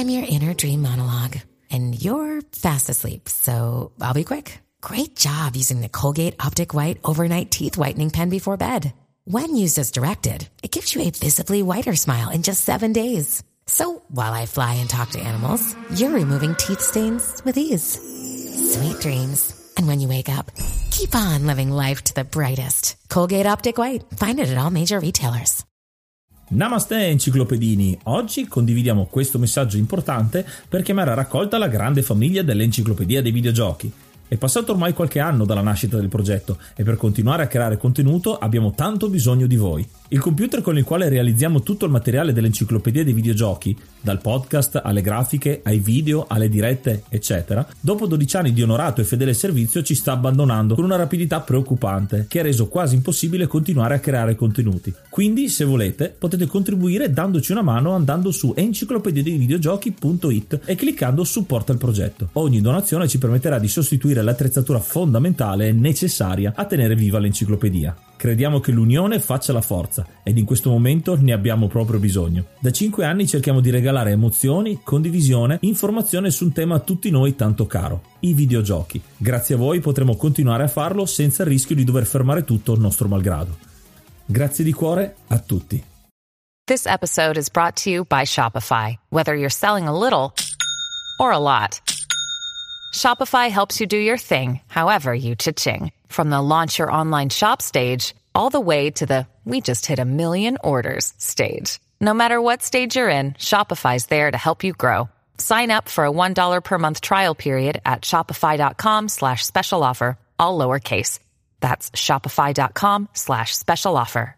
I'm your inner dream monologue, and you're fast asleep, so I'll be quick. Great job using the Colgate Optic White Overnight Teeth Whitening Pen before bed. When used as directed, it gives you a visibly whiter smile in just 7 days. So while I fly and talk to animals, you're removing teeth stains with ease. Sweet dreams. And when you wake up, keep on living life to the brightest. Colgate Optic White. Find it at all major retailers. Namaste enciclopedini, oggi condividiamo questo messaggio importante per chiamare a raccolta la grande famiglia dell'Enciclopedia dei Videogiochi. È passato ormai qualche anno dalla nascita del progetto e per continuare a creare contenuto abbiamo tanto bisogno di voi. Il computer con il quale realizziamo tutto il materiale dell'Enciclopedia dei Videogiochi, dal podcast alle grafiche, ai video, alle dirette, eccetera, dopo 12 anni di onorato e fedele servizio ci sta abbandonando con una rapidità preoccupante che ha reso quasi impossibile continuare a creare contenuti. Quindi, se volete, potete contribuire dandoci una mano andando su enciclopediadeivideogiochi.it e cliccando supporta il progetto. Ogni donazione ci permetterà di sostituire l'attrezzatura fondamentale e necessaria a tenere viva l'enciclopedia. Crediamo che l'unione faccia la forza ed in questo momento ne abbiamo proprio bisogno. Da 5 anni cerchiamo di regalare emozioni, condivisione, informazione su un tema a tutti noi tanto caro, i videogiochi. Grazie a voi potremo continuare a farlo senza il rischio di dover fermare tutto nostro malgrado. Grazie di cuore a tutti. This episode is brought to you by Shopify. Whether you're selling a little or a lot, Shopify helps you do your thing, however you cha-ching. From the launch your online shop stage, all the way to the we just hit 1 million orders stage. No matter what stage you're in, Shopify's there to help you grow. Sign up for a $1 per month trial period at shopify.com/special offer, all lowercase. That's shopify.com/special offer.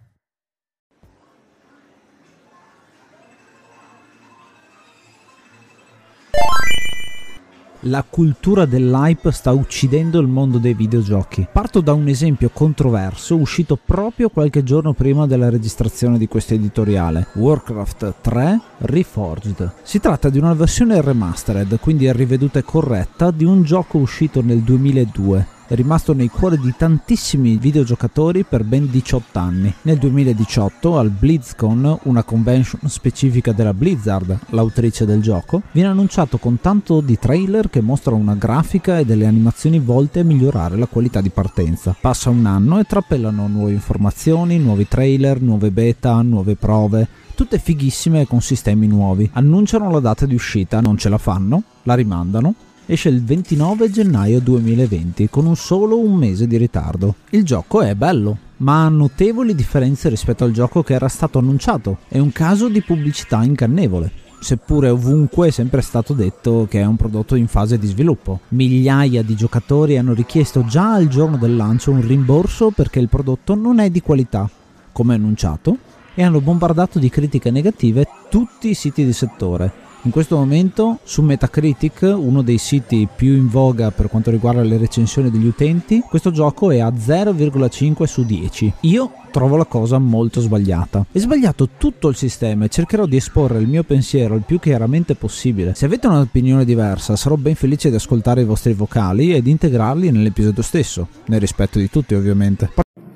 La cultura dell'hype sta uccidendo il mondo dei videogiochi. Parto da un esempio controverso uscito proprio qualche giorno prima della registrazione di questo editoriale: Warcraft 3 Reforged. Si tratta di una versione remastered, quindi riveduta e corretta, di un gioco uscito nel 2002. È rimasto nei cuori di tantissimi videogiocatori per ben 18 anni. Nel 2018, al BlizzCon, una convention specifica della Blizzard, l'autrice del gioco, viene annunciato con tanto di trailer che mostrano una grafica e delle animazioni volte a migliorare la qualità di partenza. Passa un anno e trappellano nuove informazioni, nuovi trailer, nuove beta, nuove prove, tutte fighissime e con sistemi nuovi. Annunciano la data di uscita, non ce la fanno, la rimandano. Esce il 29 gennaio 2020 con un mese di ritardo. Il gioco è bello, ma ha notevoli differenze rispetto al gioco che era stato annunciato. È un caso di pubblicità ingannevole, seppure ovunque è sempre stato detto che è un prodotto in fase di sviluppo. Migliaia di giocatori hanno richiesto già al giorno del lancio un rimborso perché il prodotto non è di qualità, come annunciato, e hanno bombardato di critiche negative tutti i siti di settore. In questo momento su Metacritic, uno dei siti più in voga per quanto riguarda le recensioni degli utenti, questo gioco è a 0,5 su 10. Io trovo la cosa molto sbagliata. È sbagliato tutto il sistema e cercherò di esporre il mio pensiero il più chiaramente possibile. Se avete un'opinione diversa, sarò ben felice di ascoltare i vostri vocali e di integrarli nell'episodio stesso, nel rispetto di tutti ovviamente.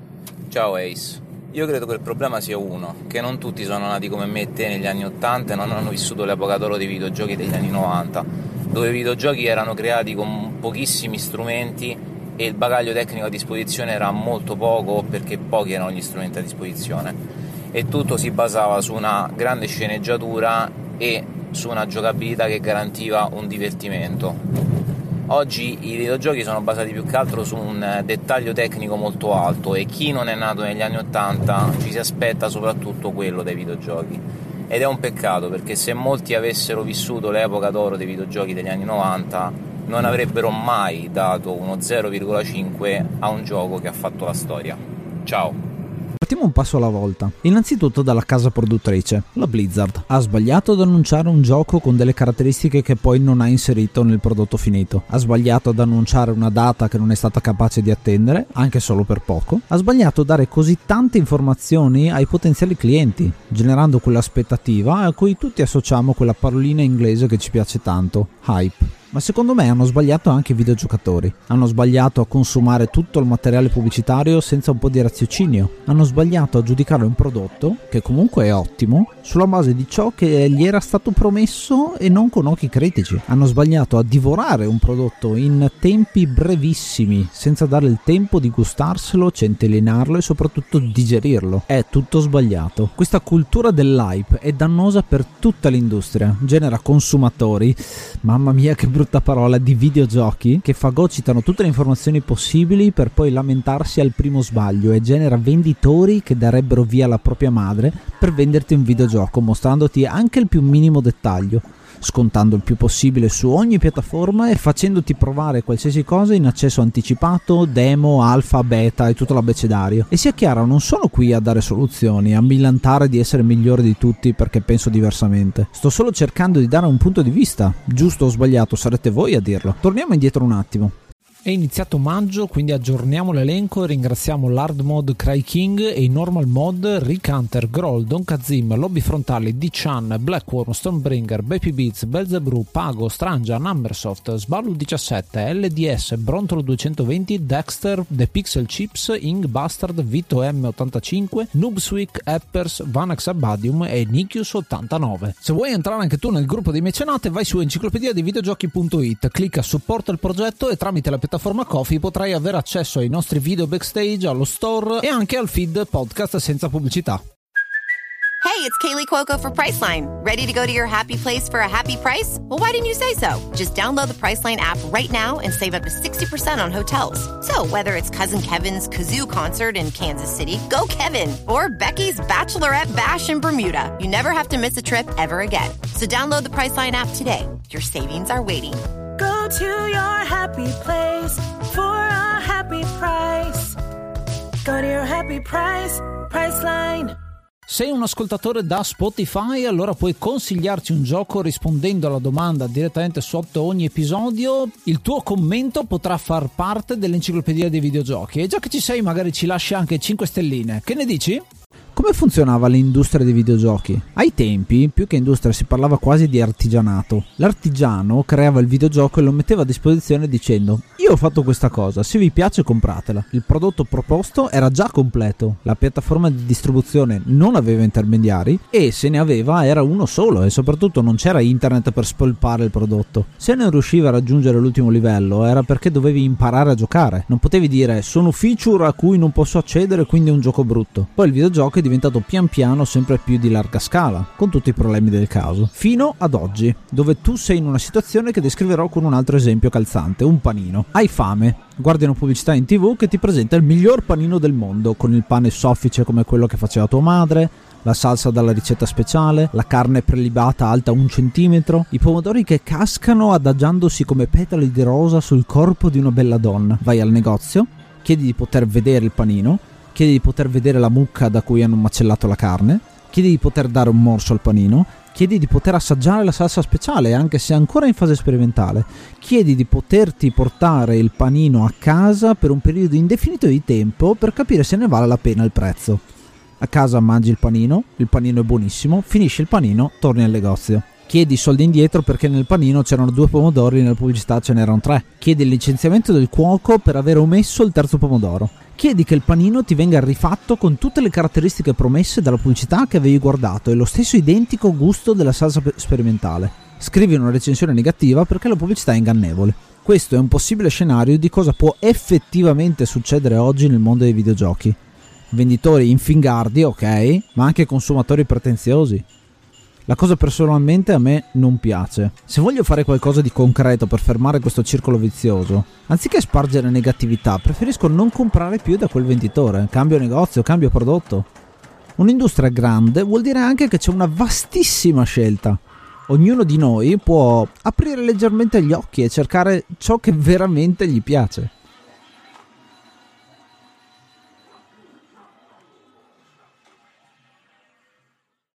Ciao Ace. Io credo che il problema sia uno, che non tutti sono nati come me e te negli anni 80 e non hanno vissuto l'epoca d'oro dei videogiochi degli anni 90, dove i videogiochi erano creati con pochissimi strumenti e il bagaglio tecnico a disposizione era molto poco perché pochi erano gli strumenti a disposizione e tutto si basava su una grande sceneggiatura e su una giocabilità che garantiva un divertimento. Oggi i videogiochi sono basati più che altro su un dettaglio tecnico molto alto e chi non è nato negli anni 80 ci si aspetta soprattutto quello dai videogiochi ed è un peccato perché se molti avessero vissuto l'epoca d'oro dei videogiochi degli anni 90 non avrebbero mai dato uno 0,5 a un gioco che ha fatto la storia. Ciao! Partiamo un passo alla volta. Innanzitutto dalla casa produttrice, la Blizzard. Ha sbagliato ad annunciare un gioco con delle caratteristiche che poi non ha inserito nel prodotto finito. Ha sbagliato ad annunciare una data che non è stata capace di attendere, anche solo per poco. Ha sbagliato a dare così tante informazioni ai potenziali clienti, generando quell'aspettativa a cui tutti associamo quella parolina inglese che ci piace tanto, hype. Ma secondo me hanno sbagliato anche i videogiocatori. Hanno sbagliato a consumare tutto il materiale pubblicitario senza un po' di raziocinio. Hanno sbagliato a giudicare un prodotto, che comunque è ottimo, sulla base di ciò che gli era stato promesso e non con occhi critici. Hanno sbagliato a divorare un prodotto in tempi brevissimi, senza dare il tempo di gustarselo, centellinarlo e soprattutto digerirlo. È tutto sbagliato. Questa cultura dell'hype è dannosa per tutta l'industria. Genera consumatori, mamma mia che brutta parola, di videogiochi che fagocitano tutte le informazioni possibili per poi lamentarsi al primo sbaglio, e genera venditori che darebbero via la propria madre per venderti un videogioco mostrandoti anche il più minimo dettaglio, scontando il più possibile su ogni piattaforma e facendoti provare qualsiasi cosa in accesso anticipato, demo, alfa, beta e tutto l'abbecedario. E sia chiaro, non sono qui a dare soluzioni, a millantare di essere migliore di tutti perché penso diversamente. Sto solo cercando di dare un punto di vista. Giusto o sbagliato, sarete voi a dirlo. Torniamo indietro un attimo. È iniziato maggio, quindi aggiorniamo l'elenco e ringraziamo l'hard mod Cry King e i normal mod Rick Hunter, Groll, Don Kazim, Lobby Frontali, D-Chan, Blackworm, Stonebringer, Baby Beats, Belzebrew, Pago, Strangia, Numbersoft, Sballu 17, LDS, Brontolo 220, Dexter, The Pixel Chips, Ing Bastard, Vito M85, Noobswick, Eppers, Vanax Abadium e Nikius 89. Se vuoi entrare anche tu nel gruppo dei mecenate, vai su enciclopedia dei videogiochi.it, clicca supporta il progetto e tramite la piattaforma Ko-fi potrai avere accesso ai nostri video backstage, allo store e anche al feed podcast senza pubblicità. Hey, it's Kaylee Cuoco for Priceline. Ready to go to your happy place for a happy price? Well, why didn't you say so? Just download the Priceline app right now and save up to 60% on hotels. So whether it's Cousin Kevin's Kazoo Concert in Kansas City, go Kevin, or Becky's Bachelorette Bash in Bermuda, you never have to miss a trip ever again. So download the Priceline app today. Your savings are waiting. Go to your happy place for a happy price. Go to your happy price, Priceline. Sei un ascoltatore da Spotify, allora puoi consigliarci un gioco rispondendo alla domanda direttamente sotto ogni episodio. Il tuo commento potrà far parte dell'enciclopedia dei videogiochi. E già che ci sei, magari ci lasci anche 5 stelline. Che ne dici? Come funzionava l'industria dei videogiochi? Ai tempi, più che industria, si parlava quasi di artigianato. L'artigiano creava il videogioco e lo metteva a disposizione dicendo: io ho fatto questa cosa, se vi piace compratela. Il prodotto proposto era già completo, la piattaforma di distribuzione non aveva intermediari e se ne aveva era uno solo, e soprattutto non c'era internet per spolpare il prodotto. Se non riuscivi a raggiungere l'ultimo livello era perché dovevi imparare a giocare. Non potevi dire: sono feature a cui non posso accedere, quindi è un gioco brutto. Poi il videogioco è diventato pian piano sempre più di larga scala, con tutti i problemi del caso, fino ad oggi, dove tu sei in una situazione che descriverò con un altro esempio calzante: un panino. Hai fame, guardi una pubblicità in TV che ti presenta il miglior panino del mondo, con il pane soffice come quello che faceva tua madre, la salsa dalla ricetta speciale, la carne prelibata alta 1 centimetro, i pomodori che cascano adagiandosi come petali di rosa sul corpo di una bella donna. Vai al negozio, chiedi di poter vedere il panino, chiedi di poter vedere la mucca da cui hanno macellato la carne, chiedi di poter dare un morso al panino, chiedi di poter assaggiare la salsa speciale, anche se ancora in fase sperimentale, chiedi di poterti portare il panino a casa per un periodo indefinito di tempo per capire se ne vale la pena il prezzo. A casa mangi il panino è buonissimo, finisci il panino, torni al negozio. Chiedi i soldi indietro perché nel panino c'erano 2 pomodori e nella pubblicità ce n'erano 3. Chiedi il licenziamento del cuoco per aver omesso il terzo pomodoro. Chiedi che il panino ti venga rifatto con tutte le caratteristiche promesse dalla pubblicità che avevi guardato e lo stesso identico gusto della salsa sperimentale. Scrivi una recensione negativa perché la pubblicità è ingannevole. Questo è un possibile scenario di cosa può effettivamente succedere oggi nel mondo dei videogiochi. Venditori infingardi, ok, ma anche consumatori pretenziosi. La cosa personalmente a me non piace. Se voglio fare qualcosa di concreto per fermare questo circolo vizioso, anziché spargere negatività, preferisco non comprare più da quel venditore. Cambio negozio, cambio prodotto. Un'industria grande vuol dire anche che c'è una vastissima scelta. Ognuno di noi può aprire leggermente gli occhi e cercare ciò che veramente gli piace.